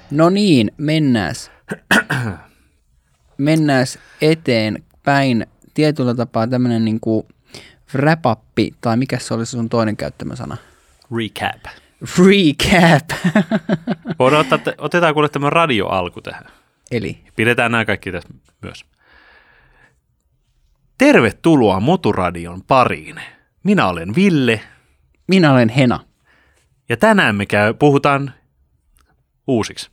No niin, mennääs eteenpäin. Tietyllä tapaa tämmöinen niin kuin wrap-up, tai mikä se oli sun toinen käyttämä sana? Recap. Otetaan kuule tämmöinen radioalku tähän. Eli? Pidetään nämä kaikki tässä myös. Tervetuloa Moturadion pariin. Minä olen Ville. Minä olen Hena. Ja tänään me puhutaan uusiksi.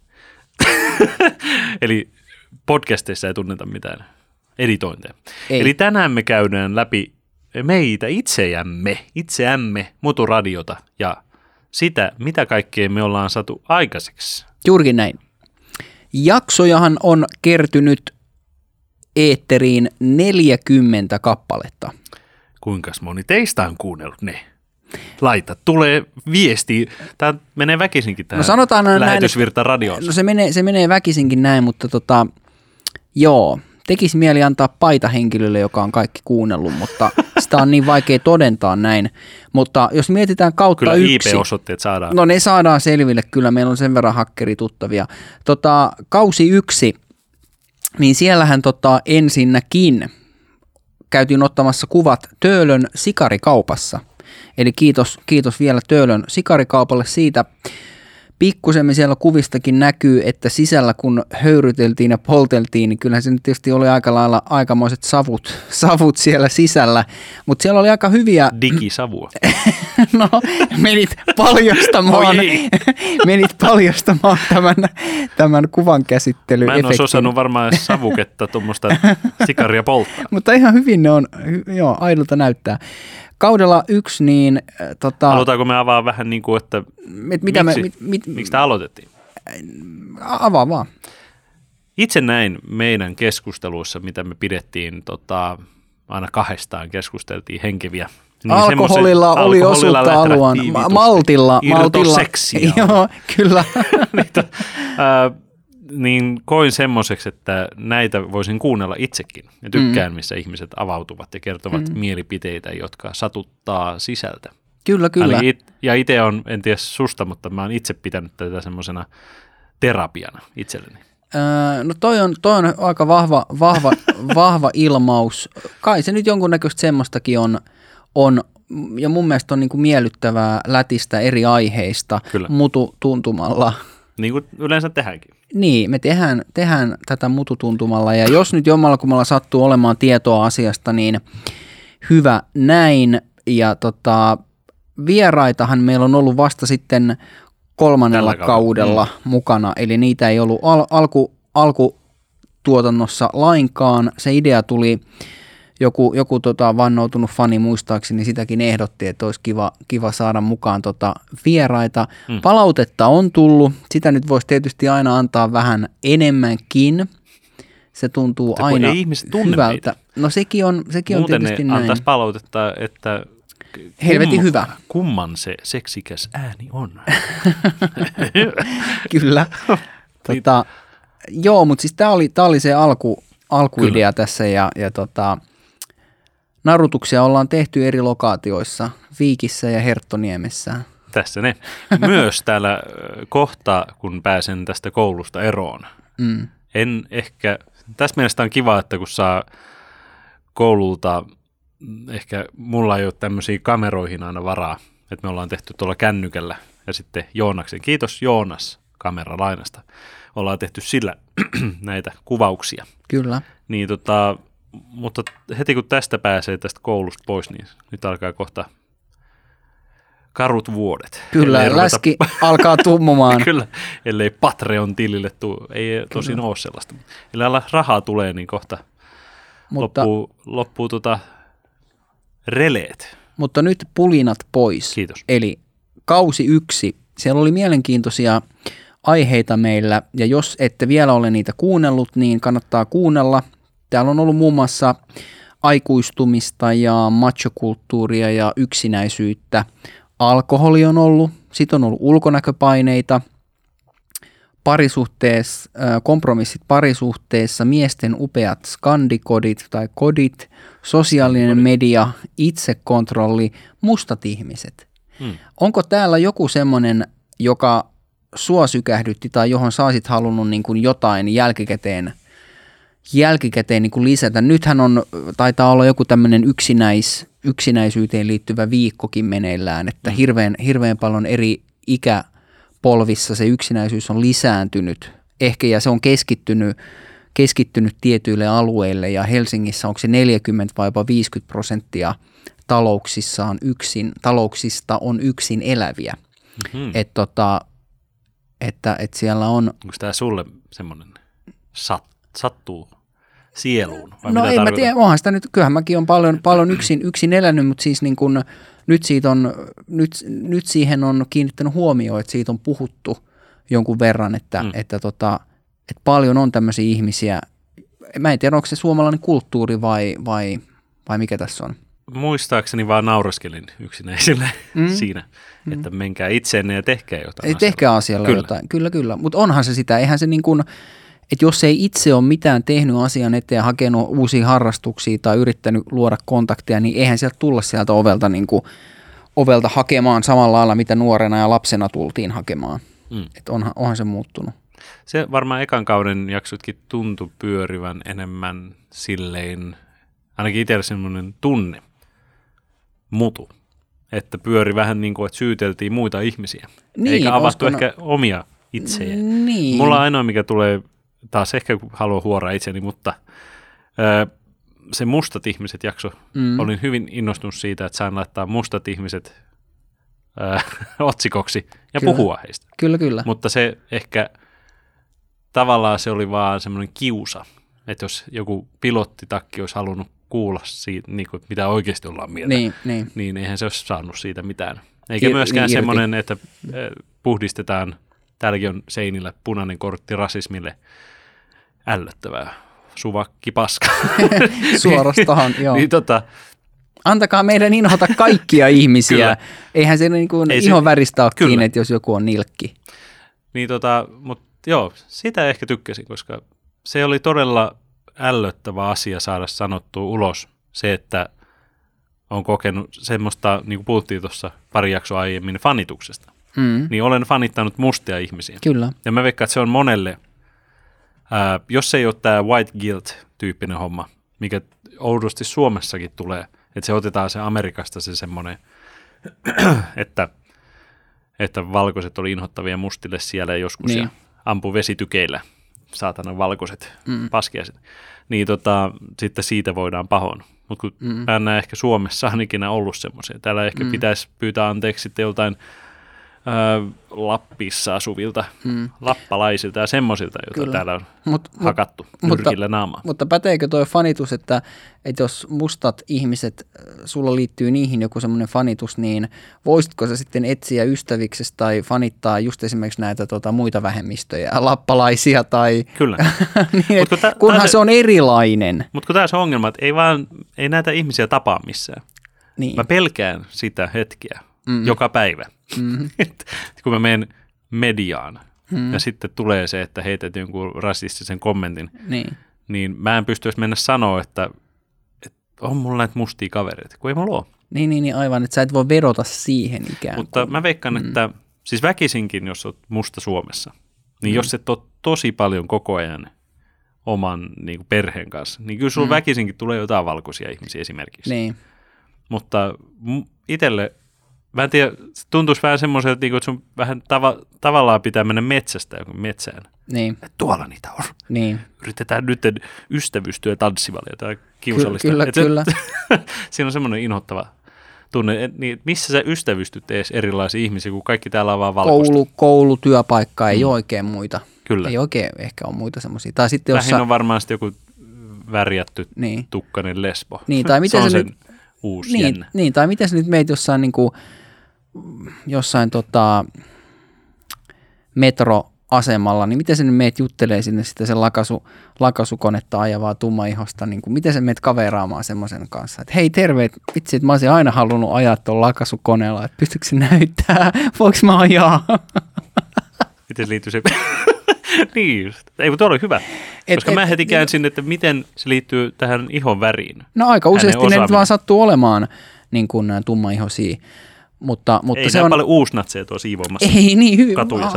Eli podcasteissa ei tunneta mitään editointeja. Ei. Eli tänään me käydään läpi meitä itseämme, Moturadiota ja sitä, mitä kaikkea me ollaan saatu aikaiseksi. Juurikin näin. Jaksojahan on kertynyt eetteriin 40 kappaletta. Kuinka moni teistä on kuunnellut ne? Tulee viesti. Tämä menee väkisinkin tähän lähetysvirta radioon. No se menee väkisinkin näin, mutta joo, tekisi mieli antaa paita henkilölle, joka on kaikki kuunnellut, mutta sitä on niin vaikea todentaa näin. Mutta jos mietitään kautta kyllä yksi. Kyllä IP-osoitteet saadaan. No ne saadaan selville, kyllä meillä on sen verran hakkerituttavia. Kausi 1, niin siellähän ensinnäkin käytiin ottamassa kuvat Töölön sikarikaupassa. Eli kiitos vielä Töölön sikarikaupalle siitä. Pikkusemmin siellä kuvistakin näkyy, että sisällä kun höyryteltiin ja polteltiin, niin kyllähän se nyt tietysti oli aika lailla aikamoiset savut siellä sisällä. Mutta siellä oli aika hyviä... Digisavua. No, menit paljastamaan tämän kuvan käsittelyefektin. Mä en olisi osannut varmaan savuketta tuommoista sikaria polttaa. Mutta ihan hyvin ne on, aidolta näyttää. Kaudella 1, niin... Halutaanko me avaa vähän niin kuin, että miksi tämä aloitettiin? Avaa vaan. Itse näin meidän keskusteluissa, mitä me pidettiin, aina kahdestaan keskusteltiin henkeviä. Niin alkoholilla oli osuutta alueen. Maltilla. Joo, kyllä. Niin koin semmoiseksi, että näitä voisin kuunnella itsekin. Ja tykkään, missä ihmiset avautuvat ja kertovat mielipiteitä, jotka satuttaa sisältä. Kyllä. Ja itse on, en tiedä susta, mutta mä oon itse pitänyt tätä semmoisena terapiana itselleni. No toi on aika vahva ilmaus. Kai se nyt jonkunnäköistä semmoistakin on ja mun mielestä on niin kuin miellyttävää lätistä eri aiheista mututuntumalla. Niin kuin yleensä tehdäänkin. Niin, me tehdään tätä mututuntumalla ja jos nyt jommallakummalla sattuu olemaan tietoa asiasta, niin hyvä näin. Ja vieraitahan meillä on ollut vasta sitten 3. kaudella mukana, eli niitä ei ollut alkutuotannossa lainkaan. Se idea tuli, joku vannoutunut fani muistaakseni sitäkin ehdotti, että olisi kiva saada mukaan vieraita. Palautetta on tullut, sitä nyt voisi tietysti aina antaa vähän enemmänkin. Se tuntuu aina hyvältä. Meitä. No sekin on tietysti näin. Muuten ne antaisi palautetta, että helvetin hyvä. Kumman se seksikäs ääni on. Kyllä. Joo, mutta siis tämä oli se alkuidea kyllä. Tässä ja narutuksia ollaan tehty eri lokaatioissa, Viikissä ja Herttoniemessä. Tässä ne. Myös täällä kohta, kun pääsen tästä koulusta eroon. En ehkä, tässä mielestä on kiva, että kun saa koululta, ehkä mulla ei ole tämmöisiä kameroihin aina varaa, että me ollaan tehty tuolla kännykällä ja sitten Joonaksen, kiitos Joonas kameralainasta, ollaan tehty sillä näitä kuvauksia. Kyllä. Niin mutta heti kun tästä pääsee tästä koulusta pois, niin nyt alkaa kohta karut vuodet. Kyllä, läski alkaa tummumaan. Kyllä, ellei Patreon-tilille ei tosin ole sellaista. Eli rahaa tulee, niin kohta loppuu releet. Mutta nyt pulinat pois. Kiitos. Eli kausi 1, siellä oli mielenkiintoisia aiheita meillä, ja jos ette vielä ole niitä kuunnellut, niin kannattaa kuunnella. Täällä on ollut muun muassa aikuistumista ja machokulttuuria ja yksinäisyyttä. Alkoholi on ollut, sitten on ollut ulkonäköpaineita, kompromissit parisuhteessa, miesten upeat skandikodit tai kodit, sosiaalinen media, itsekontrolli, mustat ihmiset. Onko täällä joku semmoinen, joka sua sykähdytti tai johon sä olisit halunnut niin kuin jotain jälkikäteen niin kuin lisätä? Nythän taitaa olla joku tämmöinen yksinäisyyteen liittyvä viikkokin meneillään, että hirveän paljon eri ikäpolvissa se yksinäisyys on lisääntynyt ehkä, ja se on keskittynyt tietyille alueille, ja Helsingissä onko se 40 vai jopa 50% talouksista on yksin eläviä. Mm-hmm. Että siellä on... Onko tämä sulle semmoinen sattuu sieluun? Vai no ei mä tiedä, onhan sitä nyt, kyllähän mäkin on paljon yksin elänyt, mutta siis niin kun, nyt siihen on kiinnittänyt huomioon, että siitä on puhuttu jonkun verran, että paljon on tämmöisiä ihmisiä. Mä en tiedä, onko se suomalainen kulttuuri vai mikä tässä on. Muistaakseni vaan naureskelin yksinäisille siinä, että menkää itseenne ja tehkää jotain asialle. Tehkää asialle jotain, kyllä. Mutta onhan se sitä, eihän se niin kuin, että jos ei itse ole mitään tehnyt asian eteen, hakenut uusia harrastuksia tai yrittänyt luoda kontakteja, niin eihän sieltä tulla sieltä ovelta hakemaan samalla lailla, mitä nuorena ja lapsena tultiin hakemaan. Että onhan se muuttunut. Se varmaan ekan kauden jaksotkin tuntui pyörivän enemmän silleen, ainakin itsellä semmoinen tunne, mutu, että pyöri vähän niin kuin, että syyteltiin muita ihmisiä, eikä avattu ehkä omia itsejä. Niin. Mulla on ainoa, mikä tulee, taas ehkä haluan huoraa itseni, mutta se mustat ihmiset jakso, olin hyvin innostunut siitä, että sain laittaa mustat ihmiset otsikoksi ja puhua heistä. Kyllä. Mutta se ehkä tavallaan se oli vaan semmoinen kiusa, että jos joku pilottitakki olisi halunnut kuulla siitä, niin kuin, mitä oikeasti ollaan mieltä, niin eihän se olisi saanut siitä mitään. Eikä myöskään semmoinen, että puhdistetaan, täälläkin on seinillä punainen kortti rasismille, ällöttävää, suvakki paska. Suorastahan, joo. Niin, antakaa meidän inhota kaikkia ihmisiä. Eihän se niin kuin ihon väristä ole kiinni, että jos joku on nilkki. Niin mutta joo, sitä ehkä tykkäsin, koska se oli todella ällöttävä asia saada sanottua ulos. Se, että on kokenut semmoista, niin kuin puhuttiin tuossa pari jaksoa aiemmin, fanituksesta. Niin olen fanittanut mustia ihmisiä. Kyllä. Ja mä veikkaan, että se on monelle, jos ei ole tämä white guilt-tyyppinen homma, mikä oudosti Suomessakin tulee, että se otetaan se Amerikasta se semmoinen, että valkoiset oli inhottavia mustille siellä joskus ja ampui vesitykeillä saatanan valkoiset paskiaiset. Niin sitten siitä voidaan pahoin. Mutta kun mä en näe ehkä Suomessa on ikinä ollut semmoisia. Täällä ehkä pitäisi pyytää anteeksi sitten joltain Lappissa asuvilta, lappalaisilta ja semmoisilta, joita täällä on hakattu nyrkillä naamaa. Mutta päteekö toi fanitus, että jos mustat ihmiset, sulla liittyy niihin joku semmoinen fanitus, niin voisitko sä sitten etsiä ystäviksestä tai fanittaa just esimerkiksi näitä muita vähemmistöjä, lappalaisia tai... Kyllä. niin, kunhan se on erilainen. Mutta kun tässä on ongelma, että ei näitä ihmisiä tapaa missään. Niin. Mä pelkään sitä hetkeä joka päivä. Kun mä menen mediaan ja sitten tulee se, että heität jonkun rasistisen kommentin, niin mä en pystyisi mennä sanoa, että on mulla näitä mustia kavereita, kun ei mulla ole. Niin aivan, että sä et voi vedota siihen ikään kuin. Mutta mä veikkaan, että siis väkisinkin, jos oot musta Suomessa, niin jos et ole tosi paljon koko ajan oman niin kuin perheen kanssa, niin kyllä sulla väkisinkin tulee jotain valkoisia ihmisiä esimerkiksi. Niin. Mutta itselle... Mä en tiedä, tuntuisi vähän semmoiselta, että sun vähän tavallaan pitää mennä metsästä joku metsään. Niin. Tuolla niitä on. Niin. Yritetään nyt ystävystyä tanssivalle, jotain kiusallista. Kyllä. Siinä on semmoinen inhottava tunne, niin missä sä ystävystyt edes erilaisia ihmisiä, kun kaikki täällä on vaan valkoista. Koulu, työpaikka, ei ole oikein muita. Kyllä. Ei oikein ehkä ole muita semmoisia. Tai sitten lähinnä on varmaan sitten joku värjätty tukkainen lesbo. Niin, tai miten se nyt... uusi jännä. Niin, tai miten sä nyt meet jossain metroasemalla, niin miten sä nyt meet juttelee sinne sitten sen lakasukonetta ajavaa tummaihosta, niin kuin, miten sä meet kaveraamaan semmoisen kanssa, että hei terve, vitsi, että mä olisin aina halunnut ajaa tuon lakasukoneella, että pystytkö se näyttää, voiko mä ajaa? Miten liittyy se? Niin just. Ei, mutta oli hyvä. Koska mä heti käänsin, että miten se liittyy tähän ihon väriin. No aika useasti ne nyt vaan sattuu olemaan niin kuin tummaihoisia. Mutta ei se on paljon uusnatseja tuo siivoamassa. Ei niin hyvin,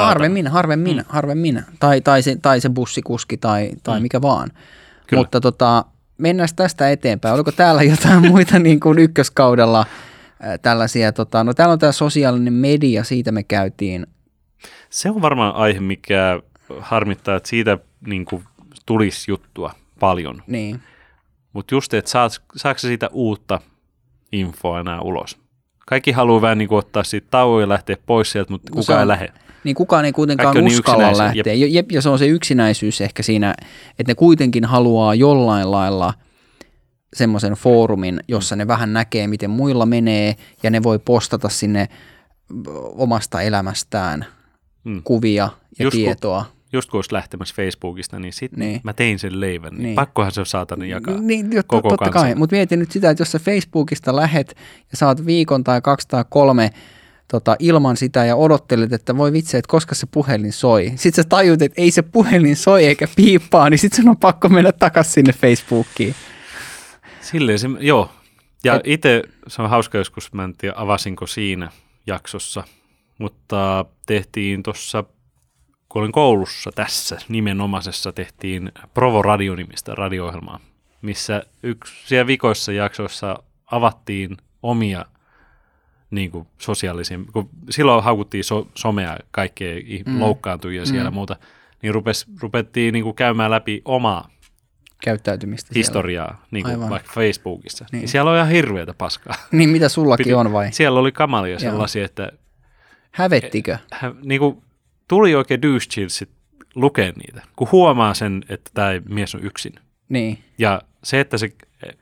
harvemmin. Tai se bussikuski tai mikä vaan. Kyllä. Mutta mennään tästä eteenpäin. Oliko täällä jotain muita niin kuin ykköskaudella tällaisia, no täällä on tämä sosiaalinen media, siitä me käytiin. Se on varmaan aihe, mikä harmittaa, että siitä niin kuin tulisi juttua paljon. Niin. Mutta just, että saako se siitä uutta infoa enää ulos? Kaikki haluaa vähän niin kuin ottaa siitä tauon ja lähteä pois sieltä, mutta kukaan ei lähde. Niin kukaan ei kuitenkaan uskalla lähteä. Ja se on se yksinäisyys ehkä siinä, että ne kuitenkin haluaa jollain lailla semmoisen foorumin, jossa ne vähän näkee, miten muilla menee, ja ne voi postata omasta elämästään kuvia ja tietoa. Just kun olisi lähtemässä Facebookista, niin sitten mä tein sen leivän, niin pakkohan se on saatana jakaa koko totta kansan. Kai, mutta mietin nyt sitä, että jos sä Facebookista lähet ja saat viikon tai 2 tai 3 ilman sitä ja odottelet, että voi vitsi, että koska se puhelin soi. Sitten sä tajut, että ei se puhelin soi eikä piippaa, niin sitten sun on pakko mennä takaisin sinne Facebookiin. Silleen se, joo. Ja itse se on hauska joskus, mä en tiedä avasinko siinä jaksossa, mutta tehtiin tuossa, kun olin koulussa tässä nimenomaisessa, tehtiin Provo Radio-nimistä radio-ohjelmaa, missä siellä vikoissa jaksoissa avattiin omia niin kuin sosiaalisia, kun silloin haukuttiin somea kaikkea loukkaantujia siellä ja muuta, niin rupettiin niin kuin käymään läpi omaa käyttäytymistä historiaa, niin kuin vaikka Facebookissa. Niin siellä on ihan hirveätä paskaa. Niin mitä sullakin on vai? Siellä oli kamalia sellaisia, että hävettikö? Niin kuin tuli oikein douche chillsit lukea niitä, kun huomaa sen, että tämä mies on yksin. Niin. Ja se, että se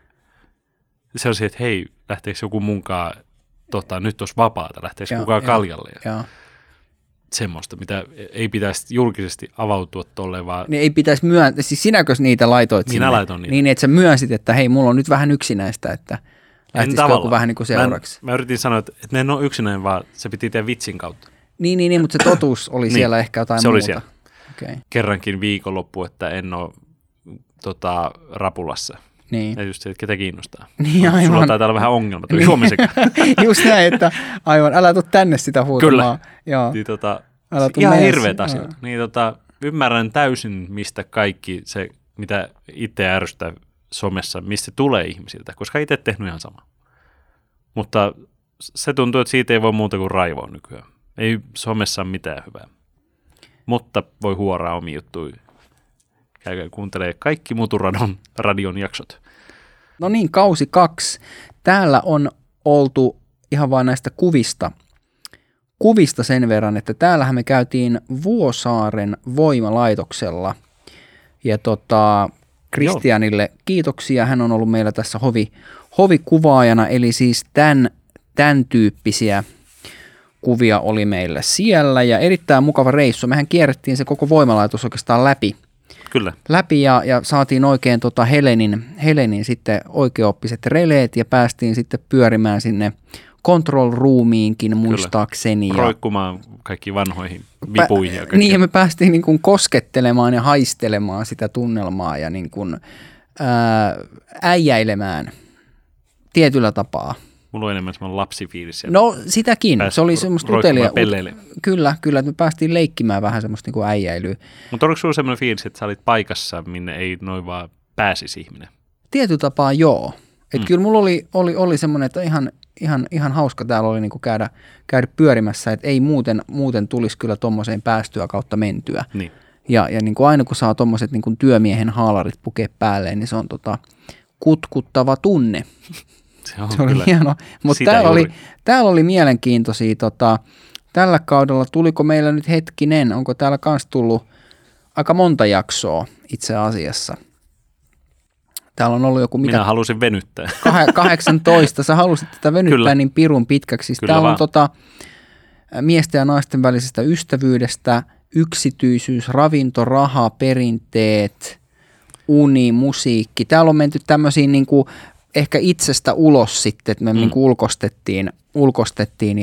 on se, että hei, lähteekö joku munkaan, nyt olisi vapaata, lähteekö kukaan kaljalle. Ja semmoista, mitä ei pitäisi julkisesti avautua tolleen, vaan... Niin ei pitäisi siis sinäkö niitä laitoit sinne? Minä laitoin niitä. Niin, että sä myönsit, että hei, mulla on nyt vähän yksinäistä, että lähtisikö joku vähän niin kuin seuraksi? Mä yritin sanoa, että ne en ole yksinäinen, vaan se piti tehdä vitsin kautta. Niin, mutta se totuus oli siellä ehkä jotain se muuta. Oli siellä. Okay. Kerrankin viikonloppu, että en ole rapulassa. Niin. Ja just se, että ketä kiinnostaa. Niin, aivan. Sulla taitaa olla vähän ongelma, tuli huomiseksi. Just näin, että aivan, älä tuu tänne sitä huutamaan. Kyllä. Joo. Niin, ihan hirveät asiat. Niin, ymmärrän täysin, mistä kaikki se, mitä itse ärsyttää somessa, mistä tulee ihmisiltä, koska itse tehnyt ihan sama. Mutta se tuntuu, että siitä ei voi muuta kuin raivoa nykyään. Ei somessa ole mitään hyvää. Mutta voi huoraa omi juttuja. Käykää kuuntelee kaikki Muturadion jaksot. No niin, kausi 2. Täällä on oltu ihan vain näistä kuvista sen verran, että täällähän me käytiin Vuosaaren voimalaitoksella. Ja Kristianille kiitoksia, hän on ollut meillä tässä hovikuvaajana, eli siis tämän tyyppisiä kuvia oli meillä siellä ja erittäin mukava reissu. Mehän kierrettiin se koko voimalaitos oikeastaan läpi. Kyllä. Läpi ja saatiin oikein Helenin sitten oikeaoppiset releet ja päästiin sitten pyörimään sinne control roomiinkin muistaakseni. Kyllä. Roikkumaan kaikki vanhoihin vipuihin. Niin ja me päästiin niin kuin koskettelemaan ja haistelemaan sitä tunnelmaa ja niin kuin, äijäilemään tietyllä tapaa. Mulla on enemmän semmoinen lapsifiilis. No sitäkin, se oli semmoista utelia. Kyllä, että me päästiin leikkimään vähän semmoista niin kuin äijäilyä. Mutta oliko sulla semmoinen fiilis, että sä olit paikassa, minne ei noin vaan pääsisi ihminen? Tietyllä tapaa joo. Että kyllä mulla oli semmoinen, että ihan hauska täällä oli niin kuin käydä pyörimässä, että ei muuten tulisi kyllä tommoseen päästyä kautta mentyä. Niin. Ja niin kuin aina kun saa tommoset niin kuin työmiehen haalarit pukea päälleen, niin se on kutkuttava tunne. Se oli hieno, mutta täällä oli mielenkiintoisia, tällä kaudella tuliko meillä nyt hetkinen, onko täällä kans tullut aika monta jaksoa itse asiassa. Täällä on ollut joku mitä? Minä halusin venyttää. 18, sä halusit tätä venyttää Kyllä. niin pirun pitkäksi. Kyllä täällä on miesten ja naisten välisestä ystävyydestä, yksityisyys, ravinto, raha, perinteet, uni, musiikki. Täällä on menty tämmöisiin niin kuin ehkä itsestä ulos sitten, että me niin kuin ulkostettiin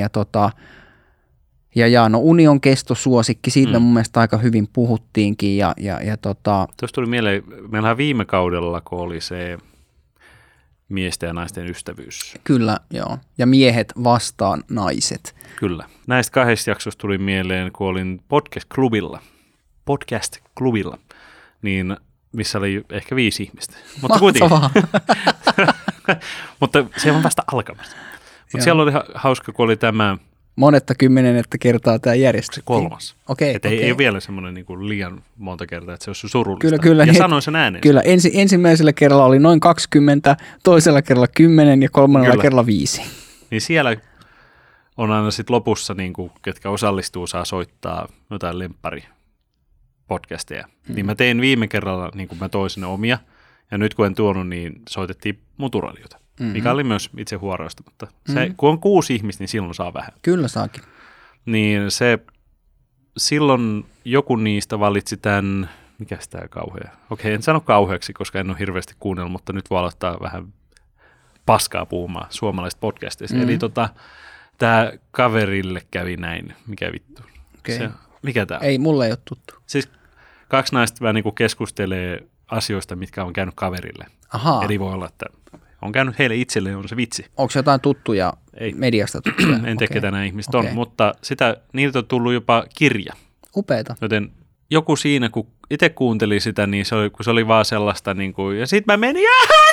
ja no union kestosuosikki, siitä mun mielestä aika hyvin puhuttiinkin Tuosta tuli mieleen, meillähän viime kaudella, kun oli se miesten ja naisten ystävyys. Kyllä, joo. Ja miehet vastaan naiset. Kyllä. Näistä 2 jaksosta tuli mieleen, kun olin podcast-klubilla, niin missä oli ehkä 5 ihmistä. Mutta mahtavaa. Mutta se on vasta alkamassa. Mutta siellä oli hauska, kun oli tämä... Monetta 10 kertaa tämä järjestettiin. 3. Okei. Ei ole vielä semmoinen niin kuin liian monta kertaa, että se olisi surullista. Kyllä, ja sanoin sen ääneen. Kyllä, ensimmäisellä kerralla oli noin 20, toisella kerralla 10 ja kolmannella kerralla 5. Niin siellä on aina sitten lopussa, niin kuin, ketkä osallistuu, saa soittaa jotain lemppari-podcasteja. Niin mä tein viime kerralla, niin kuin mä toin sinne omia, ja nyt kun en tuonut, niin soitettiin muturadiota, mikä oli myös itse huoroista, mutta se, kun on 6 ihmistä, niin silloin saa vähän. Kyllä saakin. Niin silloin joku niistä valitsi tämän, mikäs tämä kauhea? Okei, en sano kauheaksi, koska en ole hirveästi kuunnellut, mutta nyt voi aloittaa vähän paskaa puhumaan suomalaisista podcasteista. Eli tämä kaverille kävi näin, mikä vittu. Okay. Mikä tämä on? Ei, mulle ei ole tuttu. Siis 2 naista vähän niin kuin keskustelee asioista, mitkä on käynyt kaverille. Ahaa. Eli voi olla, että on käynyt heille itselleen, on se vitsi. Onko jotain tuttuja, mediasta tuttuja? En tiedä, ketä nämä ihmiset on, mutta niiltä on tullut jopa kirja. Upeeta. Joten joku siinä, kun itse kuunteli sitä, niin se oli vaan sellaista, niin kuin, ja sitten mä menin,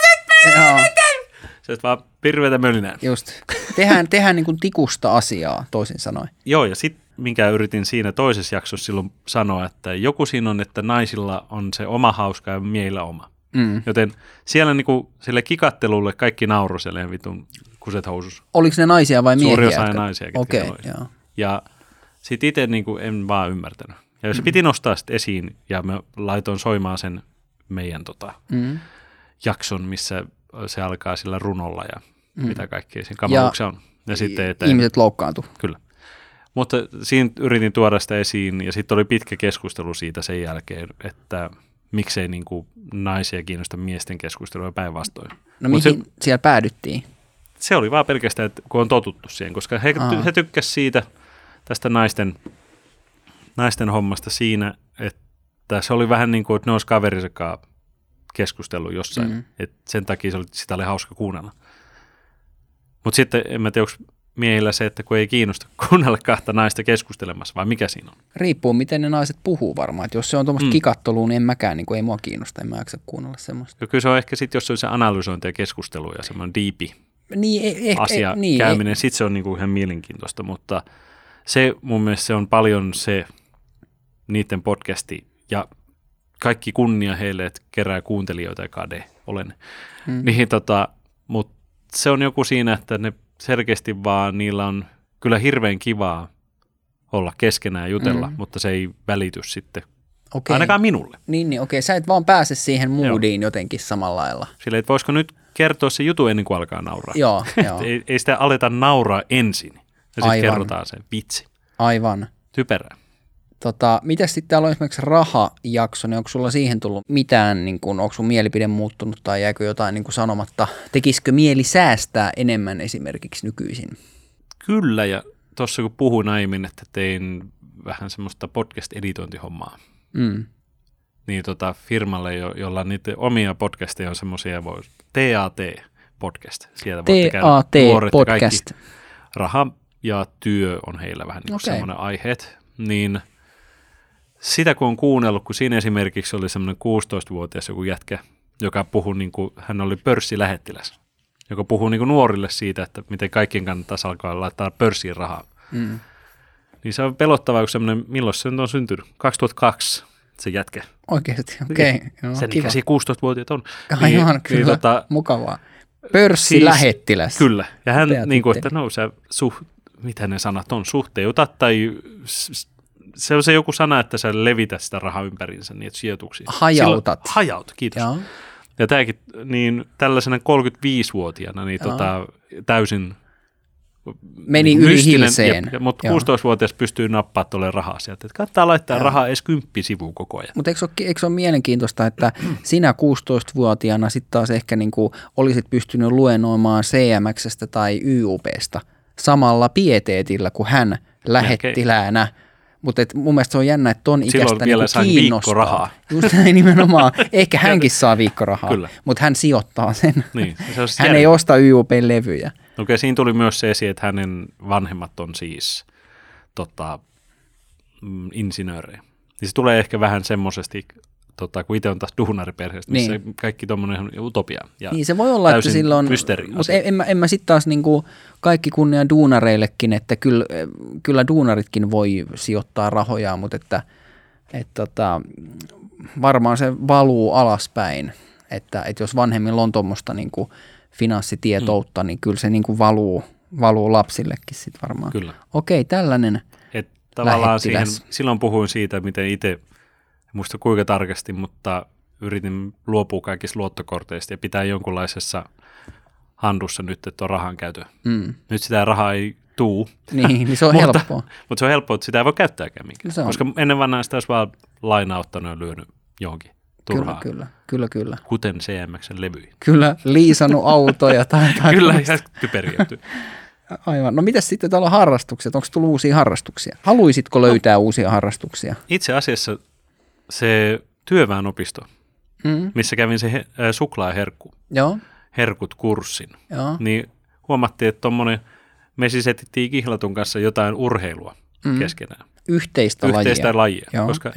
se vaan pirvetä mölinää. Just. Tehdään niin kuin tikusta asiaa, toisin sanoen. Joo, ja sitten minkä yritin siinä toisessa jaksossa silloin sanoa, että joku siinä on, että naisilla on se oma hauska ja miehillä oma. Joten siellä niinku sille kikattelulle kaikki nauru silleen vitun kuset housus. Oliko ne naisia vai miehiä? Suuri osa naisia. Okei, joo. Ja sitten itse niinku en vaan ymmärtänyt. Ja se piti nostaa sitten esiin, ja mä laitoin soimaan sen meidän jakson, missä se alkaa sillä runolla ja mitä kaikkea siinä kamaluuksia on. Ja sitten, että ihmiset loukkaantu. Kyllä. Mutta siinä yritin tuoda sitä esiin, ja sitten oli pitkä keskustelu siitä sen jälkeen, että miksei niin kuin naisia kiinnosta miesten keskustelua päinvastoin. No mihin siellä päädyttiin? Se oli vaan pelkästään, että kun on totuttu siihen, koska he tykkäsivät siitä tästä naisten hommasta siinä, että se oli vähän niin kuin, että ne olisi kaverisakaan keskustellut jossain. Et sen takia sitä oli hauska kuunnella. Mutta sitten en mä tiedä, onko miehillä se, että kun ei kiinnosta kuunnella 2 naista keskustelemassa, vai mikä siinä on? Riippuu, miten ne naiset puhuu varmaan. Et jos se on tuommoista kikattelua, niin en mäkään, niin ei mua kiinnosta, en mä jaksa kuunnella semmoista. Ja kyllä se on ehkä sitten, jos se on se analysointi ja keskustelu ja semmoinen diipi asia käyminen, sitten se on niinku ihan mielenkiintoista, mutta se mun mielestä se on paljon se niiden podcasti ja kaikki kunnia heille, että kerää kuuntelijoita ja kade olen. Niin, mutta se on joku siinä, että ne selkeästi vaan niillä on kyllä hirveän kivaa olla keskenään ja jutella, mutta se ei välity sitten ainakaan minulle. Niin, okei. Sä et vaan pääse siihen moodiin jotenkin samalla lailla. Sillä et voisiko nyt kertoa se jutu ennen kuin alkaa nauraa. Joo. ei sitä aleta nauraa ensin ja sitten kerrotaan se vitsi. Aivan. Typerää. Mitäs sitten täällä on esimerkiksi rahajakso, niin onko sulla siihen tullut mitään, niin kun, onko sun mielipide muuttunut tai jääkö jotain niin kun sanomatta? Tekisikö mieli säästää enemmän esimerkiksi nykyisin? Kyllä, ja tuossa kun puhuin aiemmin, että tein vähän semmoista podcast-editointihommaa, niin firmalle, jolla niitä omia podcasteja on semmoisia, TAT-podcast, sieltä voitte käydä nuoret ja kaikki. Raha ja työ on heillä vähän niin semmoinen aiheet, niin sitä kun on kuunnellut, kun siinä esimerkiksi oli semmoinen 16-vuotias joku jätkä, joka puhui niin kuin, hän oli pörssilähettiläs, joka puhuu niin kuin nuorille siitä, että miten kaikkien kannattaisi alkaa laittaa pörssiin rahaa. Niin se on pelottavaa, kun semmoinen, milloin se on syntynyt? 2002 se jätkä. Oikeasti, okei. Sen ikäisiä 16-vuotiaat on. Aivan, kyllä, mukavaa. Pörssilähettiläs. Siis, kyllä, ja hän niin kuin, että no sä mitä ne sanat on, suhteuta tai se on se joku sana, että sä levität sitä rahaa ympäriinsä, niitä sijoituksia. Hajautat. Hajauta, kiitos. Joo. Ja tämäkin, niin tällaisena 35-vuotiaana, niin täysin meni yli hilseen. Mutta 16-vuotias pystyy nappaamaan tuolle rahaa sieltä. Että kannattaa laittaa rahaa edes 10 sivuun koko ajan. Mutta eikö se ole mielenkiintoista, että sinä 16-vuotiaana sitten taas ehkä niinku olisit pystynyt luennoimaan CMX:stä tai YUP:sta samalla pieteetillä kuin hän lähettiläänä Mutta mun mielestä se on jännä, että ton ikäistä silloin vielä sai viikkorahaa. Just näin nimenomaan. Ehkä hänkin saa viikkorahaa, mutta hän sijoittaa sen. Niin, hän ei osta YUP-levyjä. Okei, siinä tuli myös se esiin, että hänen vanhemmat on siis insinöörejä. Niin se tulee ehkä vähän semmoisesti, kun itse on taas duunariperheestä, missä kaikki tuommoinen on utopia. Ja niin se voi olla, että silloin, mutta en mä sitten taas niinku kaikki kunnia duunareillekin, että kyllä duunaritkin voi sijoittaa rahojaan, mutta että varmaan se valuu alaspäin, että jos vanhemmilla on tuommoista niinku finanssitietoutta, niin kyllä se niinku valuu lapsillekin sitten varmaan. Kyllä. Okei, tällainen tavallaan silloin puhuin siitä, miten itse, en muista kuinka tarkasti, mutta yritin luopua kaikista luottokorteista ja pitää jonkunlaisessa handussa nyt, että on rahan käytö. Nyt sitä rahaa ei tuu. Niin se on helppoa. Mutta se on helppoa, että sitä ei voi käyttääkään minkään. Koska ennen vanhaa sitä olisi vaan lainaa ottanut ja lyönyt johonkin turhaan. Kyllä. Kuten CMX:n levyihin. Kyllä, liisannut autoja tai kyllä, ihan typeriytyy. Aivan. No mitäs sitten täällä on harrastukset? Onko tullut uusia harrastuksia? Haluaisitko löytää uusia harrastuksia? Itse asiassa se työväenopisto, missä kävin se suklaa- ja herkut-kurssin, niin huomattiin, että me siis etittiin Kihlatun kanssa jotain urheilua keskenään. Yhteistä lajia. Koska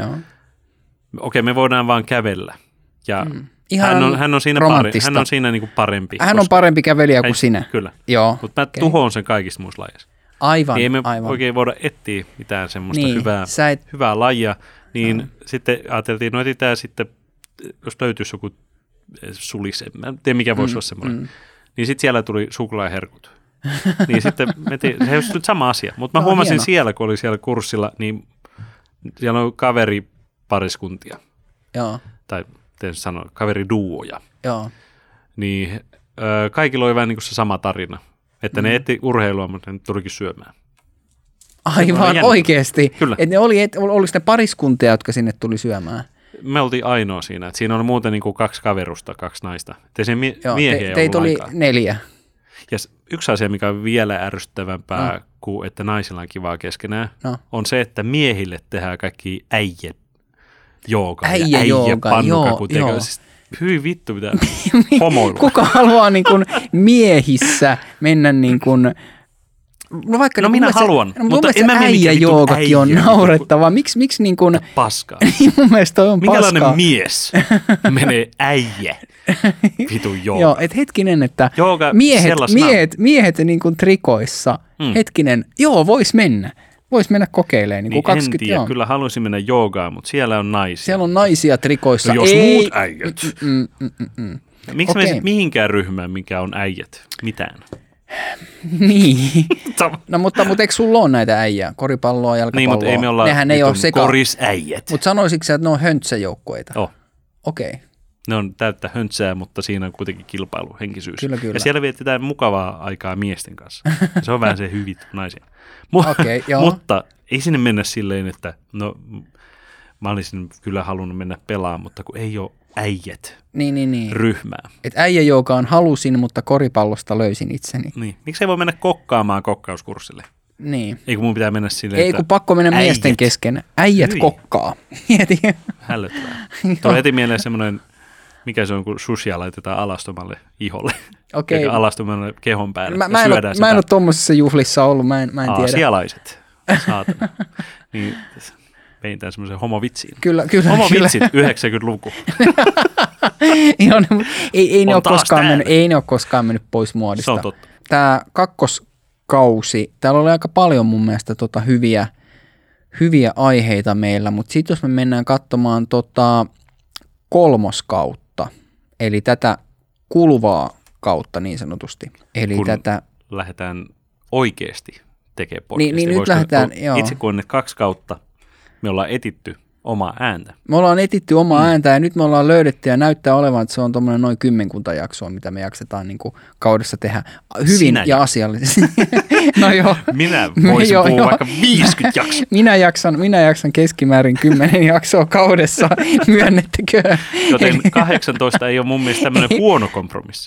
me voidaan vaan kävellä. Ja hän on siinä niinku parempi. Hän on parempi kävelijä kuin sinä. Kyllä, mutta mä tuhoan sen kaikista muissa lajeissa. Aivan, niin ei me oikein voida etsiä mitään semmoista hyvää lajia, niin sitten ajateltiin, no etsitään sitten, jos löytyisi joku sulis, en tiedä mikä voisi olla semmoinen, niin sitten siellä tuli suklaa ja herkut. Niin sitten se ei ole sama asia, mutta mä huomasin siellä, kun oli siellä kurssilla, niin siellä on kaveripariskuntia. Joo. Tai sanoa, kaveriduoja. Joo. Niin kaikilla oli vähän niin kuin se sama tarina, että ne etti urheilua, mutta ne tulikin syömään. Aivan oikeasti. Kyllä. Että oliko ne pariskuntia, jotka sinne tuli syömään? Me oltiin ainoa siinä. Että siinä oli muuten niin kuin 2 kaverusta, 2 naista. Miehiä ei teitä oli lainkaan. 4. Ja yksi asia, mikä on vielä ärsyttävämpää kuin että naisilla on kivaa keskenään, on se, että miehille tehdään kaikki äijä-joogaa ja äijä-pannukakut. Siis, hyi vittu, mitä homoilua. Kuka haluaa niin kuin miehissä mennä niin kuin... No vaikka minä haluan, mutta en mä mene äijä-joogakin on naurettavaa. Miksi niin kuin... Paskaa. Mun mielestä on paskaa. Minkälainen mies menee äijä vitun jooga? Joo, et hetkinen, että miehet niin kuin trikoissa. Hetkinen, vois mennä. Vois mennä kokeilemaan. Niin 20, en tiedä, kyllä haluaisin mennä joogaan, mutta siellä on naisia. Siellä on naisia trikoissa. No, jos muut äijät. Miksi me mihinkään ryhmään, mikä on äijät? Mitään. Niin. No mutta eikö sulla ole näitä äijää? Koripalloa, jalkapalloa? Niin, mutta ei me olla korisäijät. Mutta sanoisitko sä, että ne on höntsäjoukkueita? Okei. Ne on täyttä höntsää, mutta siinä on kuitenkin kilpailuhenkisyys. Kyllä. Ja siellä vietetään mukavaa aikaa miesten kanssa. Se on vähän se hyvit naisia. Mutta ei sinne mennä silleen, että no mä olisin kyllä halunnut mennä pelaamaan, mutta kun ei ole äijät ryhmää. Et äijäjoogaan halusin, mutta koripallosta löysin itseni. Niin. Miksi ei voi mennä kokkaamaan kokkauskurssille? Niin. Ei kun mun pitää mennä silleen, ei kun pakko mennä miesten kesken. Äijät kokkaa. Hällöttävää. Tulee heti mieleen semmoinen, mikä se on, kun sushia laitetaan alastomalle iholle. Okei. Eikä alastomalle kehon päälle. Mä en ole tuommoisessa juhlissa ollut, mä en tiedä. Aasialaiset. Saatana. Niin peintään semmoisen homovitsiin. Kyllä. Homovitsit 90-luku. ei ne ole koskaan mennyt pois muodista. Se on totta. Tämä kakkoskausi, täällä oli aika paljon mun mielestä hyviä aiheita meillä, mutta sitten jos me mennään katsomaan kolmoskautta, eli tätä kuluvaa kautta niin sanotusti. Eli kun lähdetään oikeasti tekemään podcastia. Niin nyt lähdetään, joo. Itse kun on ne 2 kautta, me ollaan etitty omaa ääntä. Me ollaan etitty omaa ääntä ja nyt me ollaan löydetty ja näyttää olevan, että se on tuommoinen noin 10 jaksoa, mitä me jaksetaan niin kuin kaudessa tehdä hyvin ja asiallisesti. No joo. Minä voisin puhua vaikka 50 jaksoa. Minä jaksan keskimäärin 10 jaksoa kaudessa, myönnettäkö? Joten 18 ei ole mun mielestä tämmöinen huono kompromissi.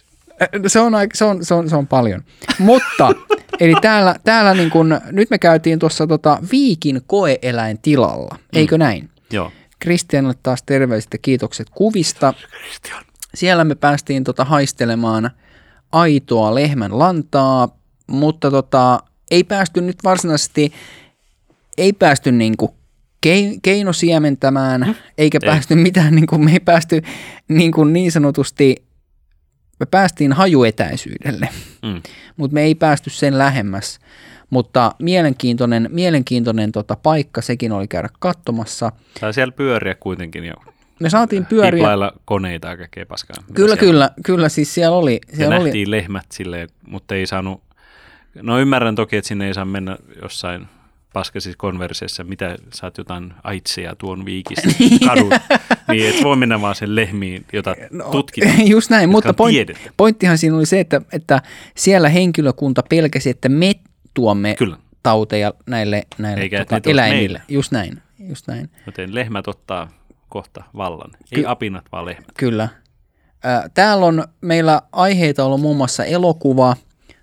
Se on paljon. Mutta, eli täällä niin kun, nyt me käytiin tuossa Viikin koe-eläintilalla, eikö näin? Joo. Kristianille taas terveiset ja kiitokset kuvista. Kristian. Siellä me päästiin haistelemaan aitoa lehmän lantaa, mutta ei päästy nyt varsinaisesti, ei päästy niinku keinosiementämään, eikä päästy mitään, me ei päästy niin sanotusti, me päästiin hajuetäisyydelle, mutta me ei päästy sen lähemmäs. Mutta mielenkiintoinen paikka, sekin oli käydä katsomassa. Tai siellä pyöriä kuitenkin jo. Me saatiin pyöriä. Hiplailla koneita ja kaikkea paskaa. Kyllä, siis siellä oli. Siellä nähtiin lehmät silleen, mutta ei saanut, no ymmärrän toki, että sinne ei saa mennä jossain paskaisissa konverseissa, mitä saat jotain aitseja tuon Viikistä kadun, niin et voi mennä vaan sen lehmiin, jota tutkitaan. Just näin, mutta pointtihan siinä oli se, että siellä henkilökunta pelkäsi, että me tuomme tauteja näille eläimille. Just näin. Joten lehmät ottaa kohta vallan. Ei apinat, vaan lehmät. Kyllä. Täällä on meillä aiheita ollut muun muassa elokuva,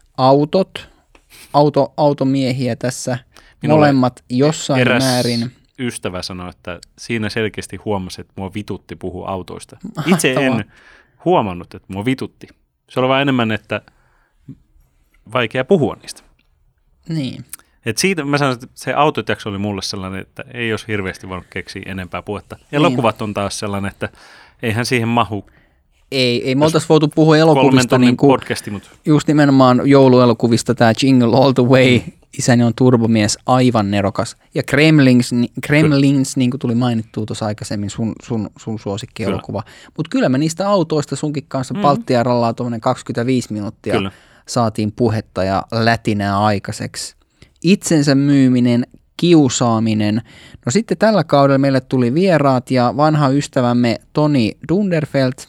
automiehiä tässä, molemmat jossain määrin. Ystävä sanoi, että siinä selkeästi huomasi, että mua vitutti puhua autoista. Itse en huomannut, että mua vitutti. Se oli vaan enemmän, että vaikea puhua niistä. Niin. Et siitä mä sanoin, että se autot jakso oli mulle sellainen, että ei olisi hirveästi voinut keksiä enempää puhetta. Elokuvat on taas sellainen, että eihän siihen mahu. Ei me oltaisi voitu puhua elokuvista, niin kuin podcasti, mutta just nimenomaan jouluelokuvista tämä Jingle All the Way, Isäni on turbomies, aivan nerokas. Ja Gremlins niin kuin tuli mainittua tuossa aikaisemmin, sun suosikkielokuva. Mutta kyllä me niistä autoista sunkin kanssa Baltiaralla tuommoinen 25 minuuttia saatiin puhetta ja lätinää aikaiseksi. Itsensä myyminen, kiusaaminen. No sitten tällä kaudella meille tuli vieraat ja vanha ystävämme Toni Dunderfeldt.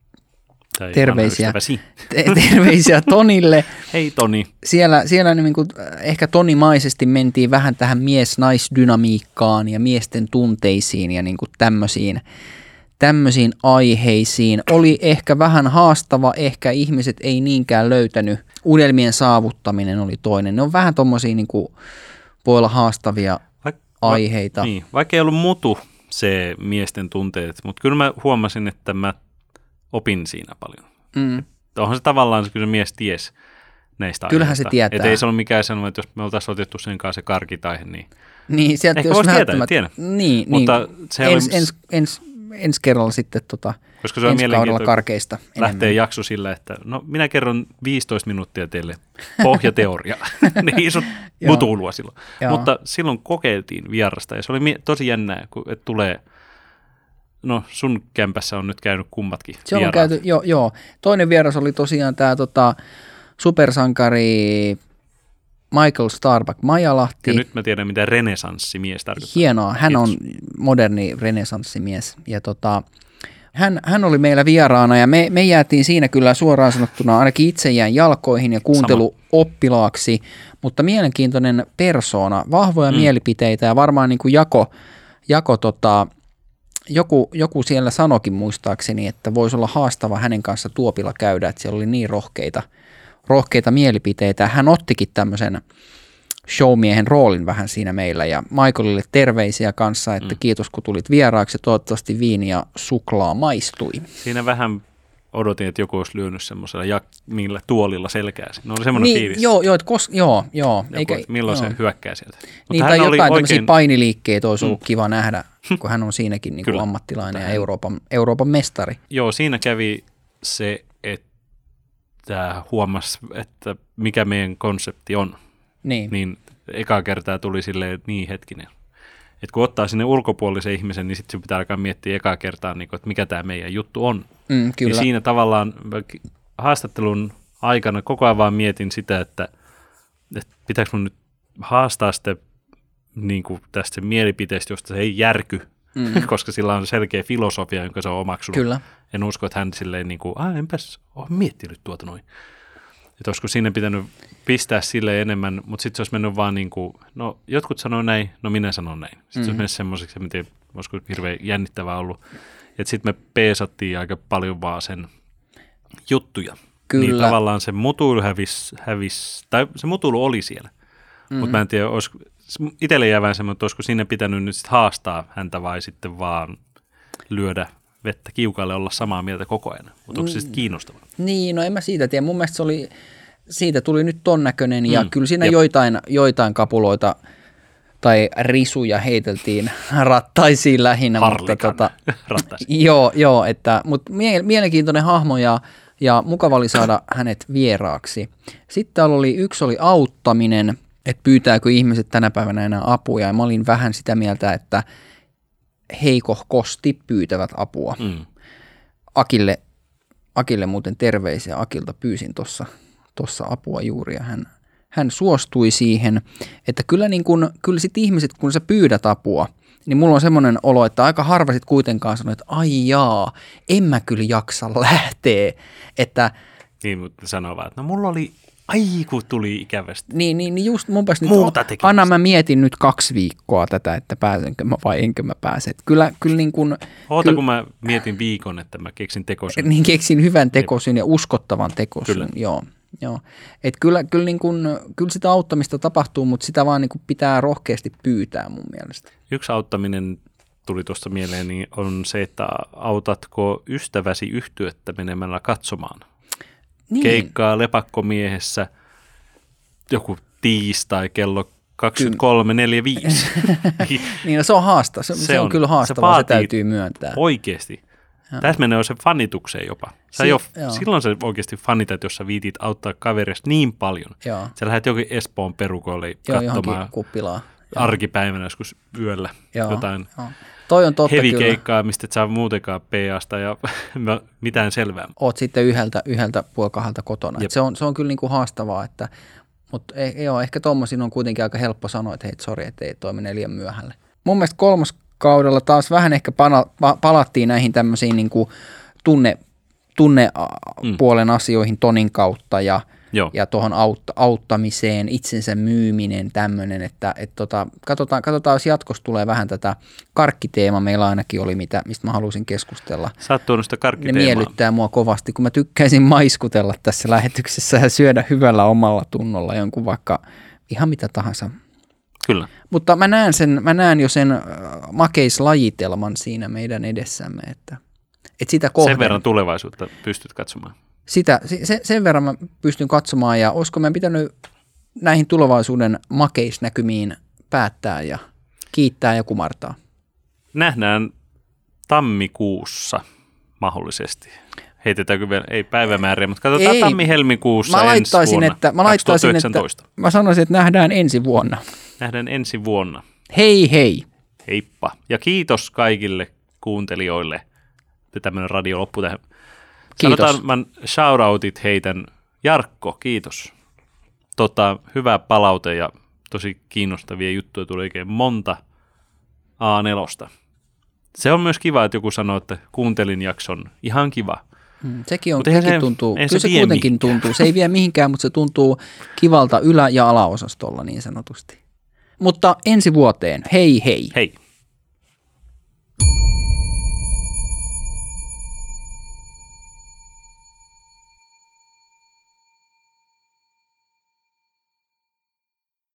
Terveisiä Tonille. Hei Toni. Siellä niin kuin, ehkä tonimaisesti mentiin vähän tähän mies-naisdynamiikkaan ja miesten tunteisiin ja niin kuin tämmöisiin aiheisiin. Oli ehkä vähän haastava, ehkä ihmiset ei niinkään löytänyt. Unelmien saavuttaminen oli toinen. Ne on vähän tommosia niin kuin, voi olla haastavia aiheita. Niin, vaikka ei ollut mutu se miesten tunteet, mutta kyllä mä huomasin, että mä opin siinä paljon. Onhan se tavallaan, kyllä se mies ties näistä kyllähän aiheista. Se tietää. Että ei se ole mikään sellainen, että jos me oltaisiin otettu sen kanssa se karkitaihe, niin sieltä ehkä voisi tietää, en tiedä. Niin, mutta se ensi kerralla sitten koska se on mielenkiintoista karkeista lähtee jakso sillä, että no minä kerron 15 minuuttia teille pohjateoriaa. Niin isot mutuulua silloin. Mutta silloin kokeiltiin vierasta ja se oli tosi jännää, että tulee. No sun kämpässä on nyt käynyt kummatkin se vieraat. On käyty, joo. Toinen vieras oli tosiaan tämä supersankari Michael Starbuck Majalahti. Ja nyt mä tiedän, mitä renesanssimies tarkoittaa. Hienoa, hän on moderni renesanssimies. Ja hän oli meillä vieraana ja me jäätiin siinä kyllä suoraan sanottuna, ainakin itse jäin jalkoihin ja kuunteluoppilaaksi, mutta mielenkiintoinen persoona, vahvoja mielipiteitä ja varmaan niin kuin joku siellä sanokin muistaakseni, että voisi olla haastava hänen kanssa tuopilla käydä, että siellä oli niin rohkeita mielipiteitä. Hän ottikin tämmöisen showmiehen roolin vähän siinä meillä ja Michaelille terveisiä kanssa, että kiitos kun tulit vieraaksi ja toivottavasti viini ja suklaa maistui. Siinä vähän odotin, että joku olisi lyönyt semmoisella millä tuolilla selkääsi. No oli semmoinen fiilis. Joo. Milloin se hyökkää sieltä. Niin, tai jotain tämmöisiä painiliikkeitä olisi ollut kiva nähdä, kun hän on siinäkin niin kuin ammattilainen ja Euroopan mestari. Joo, siinä kävi se, että huomasi, että mikä meidän konsepti on. Niin ekaa kertaa tuli silleen, niin hetkinen. Että kun ottaa sinne ulkopuolisen ihmisen, niin sitten se pitää alkaa miettiä ekaa kertaa, että mikä tämä meidän juttu on. Kyllä. Ja siinä tavallaan haastattelun aikana koko ajan vaan mietin sitä, että pitääkö mun nyt haastaa sitä niin kuin tästä mielipiteestä, josta se ei järky, koska sillä on selkeä filosofia, jonka se on omaksunut. Kyllä. En usko, että hän silleen niin kuin, enpäs ole miettinyt tuota noin. Että olisiko siinä pitänyt pistää sille enemmän, mutta sitten se olisi mennyt vaan niin kuin, no jotkut sanoo näin, no minä sanon näin. Sitten se olisi mennyt semmoiseksi, en tiedä, olisiko hirveän jännittävää ollut. Että sitten me peesattiin aika paljon vaan sen juttuja. Kyllä. Niin tavallaan se mutuilu hävisi, tai se mutuilu oli siellä. Mutta mä en tiedä, itselle jää vähän semmoinen, että olisiko siinä pitänyt nyt sit haastaa häntä vai sitten vaan lyödä vettä kiukalle, olla samaa mieltä koko ajan. Mutta onko se sitten kiinnostavaa? Niin, no en mä siitä tiedä. Mun mielestä siitä tuli nyt ton näköinen ja kyllä siinä joitain kapuloita tai risuja heiteltiin rattaisiin lähinnä. Mutta mutta mielenkiintoinen hahmo ja mukava oli saada hänet vieraaksi. Sitten täällä yksi oli auttaminen, että pyytääkö ihmiset tänä päivänä enää apua, ja mä olin vähän sitä mieltä, että heikohkosti pyytävät apua. Akille muuten terveisiä, Akilta pyysin tuossa apua juuri, ja hän suostui siihen, että kyllä sit ihmiset, kun sä pyydät apua, niin mulla on semmoinen olo, että aika harva sit kuitenkaan sanoo, että ai jaa, en mä kyllä jaksa lähteä, että niin, mutta sanoo vaan, että no mulla oli kun tuli ikävästi. Niin just mun päästä nyt, Anna mä mietin nyt 2 viikkoa tätä, että pääsenkö mä vai enkö mä pääse. Kyllä niin kuin kun mä mietin viikon, että mä keksin tekosyyn. Niin keksin hyvän tekosyyn ja uskottavan tekosyyn, joo. Että kyllä, niin kuin, kyllä sitä auttamista tapahtuu, mutta sitä vaan niin kuin pitää rohkeasti pyytää mun mielestä. Yksi auttaminen tuli tuosta mieleen, niin on se, että autatko ystäväsi yhtyettä menemällä katsomaan. Niin. Keikkaa Lepakkomiehessä joku tiistai kello 23.45. Niin, no se on haastava. Se on kyllä haastavaa, se täytyy myöntää. Oikeasti. Tässä menee se fanitukseen jopa. Silloin se oikeasti fanitat, jos sä viitit auttaa kaverista niin paljon. Joo. Sä lähdet jokin Espoon perukoille katsomaan arkipäivänä joskus yöllä jotain toi on totta heavy-keikkaa, mistä et saa muutenkaan PAsta ja mitään selvää. Oot sitten yhdeltä puoli 2 kotona. Se on kyllä niin kuin haastavaa, mutta ehkä tommosin on kuitenkin aika helppo sanoa, että hei, sori, että ei toi menee liian myöhälle. Mun mielestä 3. kaudella taas vähän ehkä palattiin näihin tämmöisiin niin kuin tunnepuolen asioihin Tonin kautta ja tuohon auttamiseen, itsensä myyminen, tämmöinen, että katsotaan, jos jatkossa tulee vähän tätä karkkiteema, meillä ainakin oli, mistä mä halusin keskustella. Sä oot tuonut sitä karkkiteemaa. Ne miellyttää mua kovasti, kun mä tykkäisin maiskutella tässä lähetyksessä ja syödä hyvällä omalla tunnolla jonkun vaikka ihan mitä tahansa. Kyllä. Mutta mä näen jo sen makeislajitelman siinä meidän edessämme, että sitä sen verran tulevaisuutta pystyt katsomaan. Sen verran mä pystyn katsomaan, ja olisiko meidän pitänyt näihin tulevaisuuden makeisnäkymiin päättää ja kiittää ja kumartaa? Nähdään tammikuussa mahdollisesti. Heitetäänkö vielä, ei päivämääriä, mutta katsotaan tammi-helmikuussa ensi vuonna, 2019. Mä sanoisin, että nähdään ensi vuonna. Nähdään ensi vuonna. Hei hei. Heippa. Ja kiitos kaikille kuuntelijoille. Tämmöinen radio loppu tähän. Kiitos. Sanotaan, mä shoutoutit heitän. Jarkko, kiitos. Hyvä palaute ja tosi kiinnostavia juttuja tuli oikein monta A4. Se on myös kiva, että joku sanoo, että kuuntelin jakson. Ihan kiva. Sekin tuntuu. Kyllä se kuitenkin tuntuu. Se ei vie mihinkään, mutta se tuntuu kivalta ylä- ja alaosastolla niin sanotusti. Mutta ensi vuoteen. Hei hei. Hei.